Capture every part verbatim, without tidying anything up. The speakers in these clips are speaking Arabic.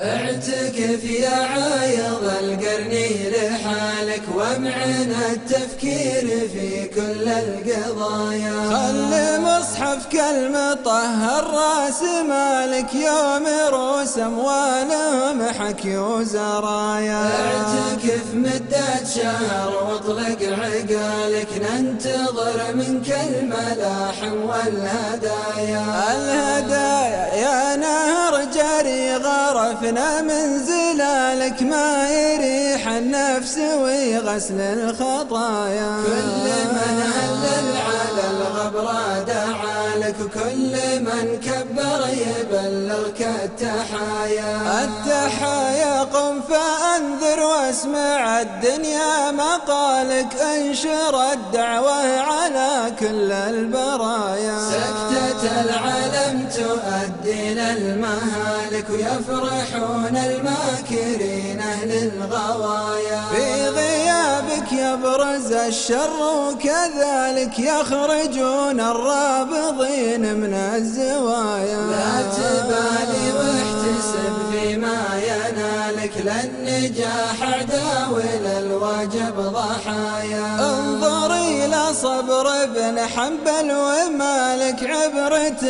اعتكف يا عايض القرن لحالك وامعن التفكير في كل القضايا. خل مصحفك المطهر راس مالك يوم روس اموالهم حكي وزرايا. اعتكف مدة شهر واطلق عقالك ننتظر منك الملاحم والهدايا. الهدايا يا نهر جري غرفنا من زلالك ما يريح النفس ويغسل الخطايا. كل من هلل على الغبرة دعالك وكل من كبر يبلغك التحايا. التحايا قم فأنذر واسمع الدنيا مقالك انشر الدعوة على كل البرايا. سكتة العالم تؤدي للمهالك ويفرحون الماكرين أهل الغوايا. في غيابك يبرز الشر وكذلك يخرجون الرابضين من الزوايا. لا تبالي واحتسب فيما ينالك للنجاح عداول الواجب ضحايا. انظر إلى صبر ابن حنبل ومالك عبرة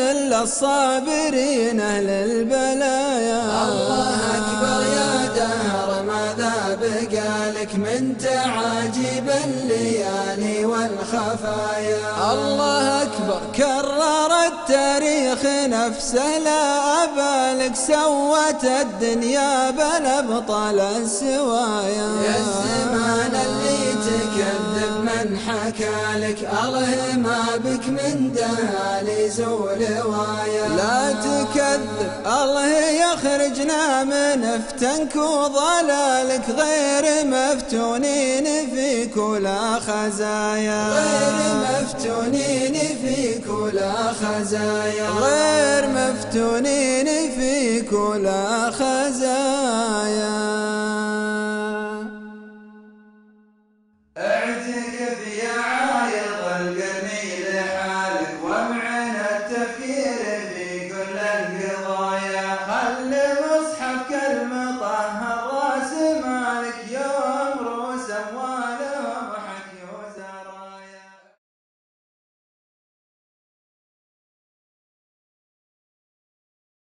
للصابرين أهل البلايا. الله أكبر يا دهر ماذا بقالك من تعاجب الليالي والخفايا. الله أكبر كرر التاريخ نفسه لا أبالك سوت الدنيا بالأبطال السوايا. يا الزمان اللي تكذب من حكالك الله ما بك من دهاليز ولوايا. لا تكذب الله يخرجنا من فتنك وضلالك غير مفتونين في كل خزايا. غير مفتونين في كل خزايا. غير مفتونين في كل خزايا.